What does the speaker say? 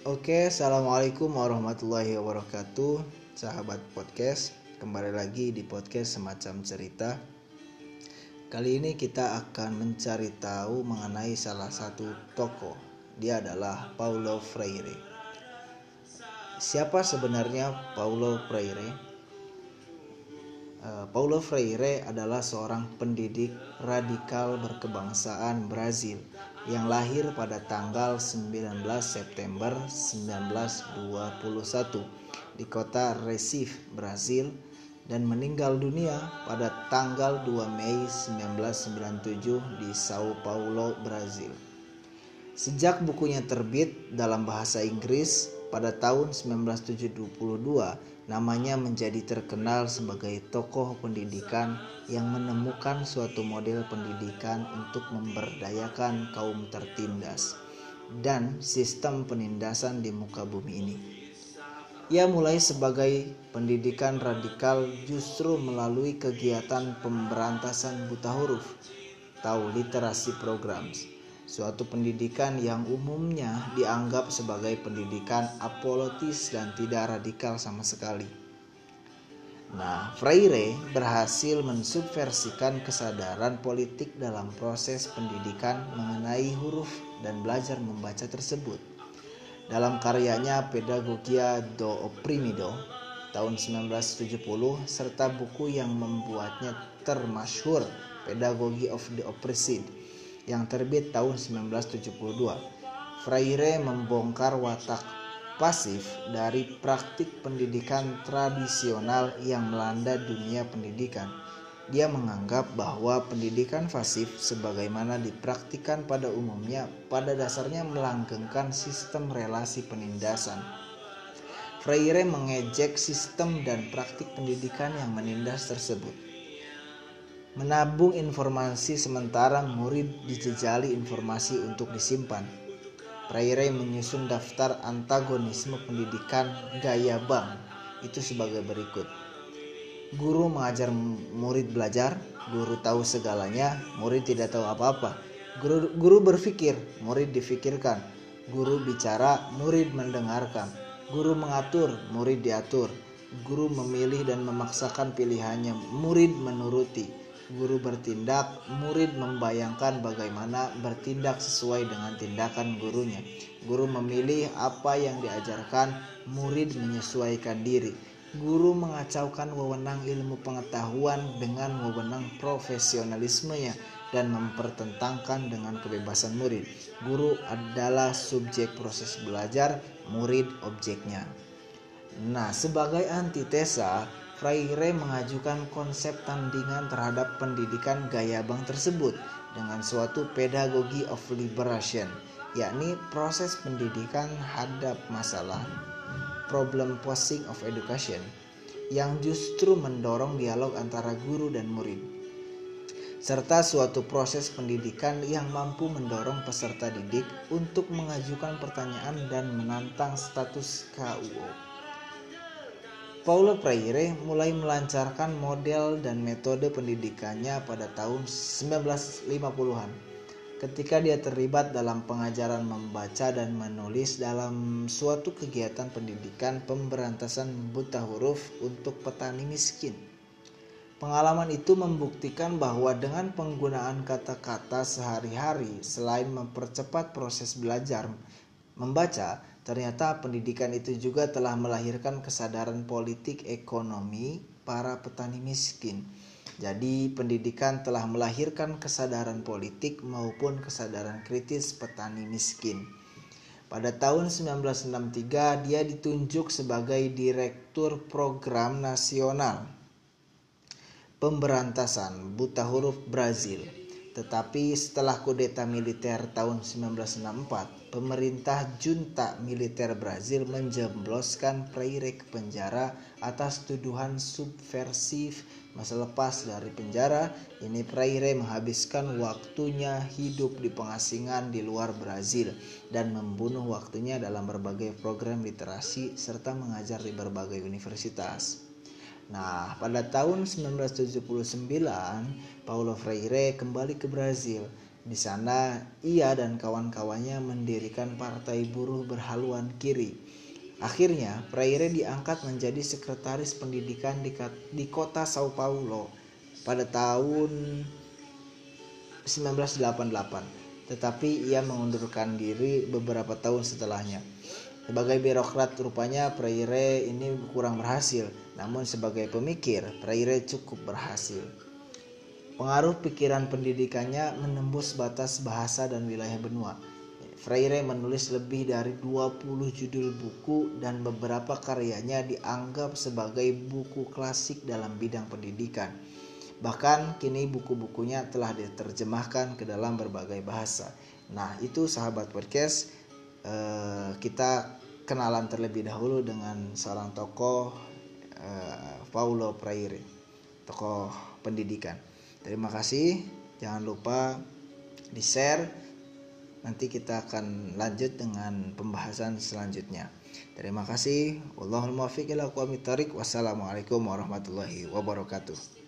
Oke, assalamualaikum warahmatullahi wabarakatuh, sahabat podcast. Kembali lagi di podcast Semacam Cerita. Kali ini kita akan mencari tahu mengenai salah satu tokoh. Dia adalah Paulo Freire. Siapa sebenarnya Paulo Freire? Paulo Freire adalah seorang pendidik radikal berkebangsaan Brazil yang lahir pada tanggal 19 September 1921 di kota Recife, Brazil, dan meninggal dunia pada tanggal 2 Mei 1997 di Sao Paulo, Brazil. Sejak bukunya terbit dalam bahasa Inggris pada tahun 1972, namanya menjadi terkenal sebagai tokoh pendidikan yang menemukan suatu model pendidikan untuk memberdayakan kaum tertindas dan sistem penindasan di muka bumi ini. Ia mulai sebagai pendidikan radikal justru melalui kegiatan pemberantasan buta huruf atau literasi programs, suatu pendidikan yang umumnya dianggap sebagai pendidikan apolitis dan tidak radikal sama sekali. Freire berhasil mensubversikan kesadaran politik dalam proses pendidikan mengenai huruf dan belajar membaca tersebut. Dalam karyanya Pedagogia do Oprimido tahun 1970 serta buku yang membuatnya termasyhur Pedagogy of the Oppressed yang terbit tahun 1972, Freire membongkar watak pasif dari praktik pendidikan tradisional yang melanda dunia pendidikan. Dia menganggap bahwa pendidikan pasif sebagaimana dipraktikkan pada umumnya pada dasarnya melanggengkan sistem relasi penindasan. Freire mengejek sistem dan praktik pendidikan yang menindas tersebut. Menabung informasi sementara murid dijejali informasi untuk disimpan. Freire menyusun daftar antagonisme pendidikan gaya Bang itu sebagai berikut. Guru mengajar murid belajar, guru tahu segalanya, murid tidak tahu apa-apa. Guru berpikir, murid difikirkan. Guru bicara, murid mendengarkan. Guru mengatur, murid diatur. Guru memilih dan memaksakan pilihannya, murid menuruti. Guru bertindak, murid membayangkan bagaimana bertindak sesuai dengan tindakan gurunya. Guru memilih apa yang diajarkan, murid menyesuaikan diri. Guru mengacaukan wewenang ilmu pengetahuan dengan wewenang profesionalismenya dan mempertentangkan dengan kebebasan murid. Guru adalah subjek proses belajar, murid objeknya. Sebagai antitesa, Freire mengajukan konsep tandingan terhadap pendidikan gaya Bang tersebut dengan suatu pedagogy of liberation, yakni proses pendidikan hadap masalah, problem posing of education, yang justru mendorong dialog antara guru dan murid, serta suatu proses pendidikan yang mampu mendorong peserta didik untuk mengajukan pertanyaan dan menantang status quo. Paulo Freire mulai melancarkan model dan metode pendidikannya pada tahun 1950-an ketika dia terlibat dalam pengajaran membaca dan menulis dalam suatu kegiatan pendidikan pemberantasan buta huruf untuk petani miskin. Pengalaman itu membuktikan bahwa dengan penggunaan kata-kata sehari-hari, selain mempercepat proses belajar membaca, ternyata pendidikan itu juga telah melahirkan kesadaran politik ekonomi para petani miskin. Jadi pendidikan telah melahirkan kesadaran politik maupun kesadaran kritis petani miskin. Pada tahun 1963 dia ditunjuk sebagai Direktur Program Nasional Pemberantasan Buta Huruf Brazil. Tetapi setelah kudeta militer tahun 1964, pemerintah junta militer Brazil menjebloskan Freire ke penjara atas tuduhan subversif. Masa lepas dari penjara ini, Freire menghabiskan waktunya hidup di pengasingan di luar Brazil dan membunuh waktunya dalam berbagai program literasi serta mengajar di berbagai universitas. Pada tahun 1979, Paulo Freire kembali ke Brazil Di sana ia dan kawan-kawannya mendirikan Partai Buruh Berhaluan Kiri. Akhirnya, Freire diangkat menjadi sekretaris pendidikan di kota Sao Paulo pada tahun 1988, tetapi ia mengundurkan diri beberapa tahun setelahnya. Sebagai birokrat rupanya Freire ini kurang berhasil, namun sebagai pemikir Freire cukup berhasil. Pengaruh pikiran pendidikannya menembus batas bahasa dan wilayah benua. Freire menulis lebih dari 20 judul buku dan beberapa karyanya dianggap sebagai buku klasik dalam bidang pendidikan. Bahkan kini buku-bukunya telah diterjemahkan ke dalam berbagai bahasa. Nah, itu sahabat podcast, kita kenalan terlebih dahulu dengan seorang tokoh, Paulo Freire, tokoh pendidikan. Terima kasih, jangan lupa di-share. Nanti kita akan lanjut dengan pembahasan selanjutnya. Terima kasih. Wallahul muwaffiq ila aqwamit thoriq. Wassalamualaikum warahmatullahi wabarakatuh.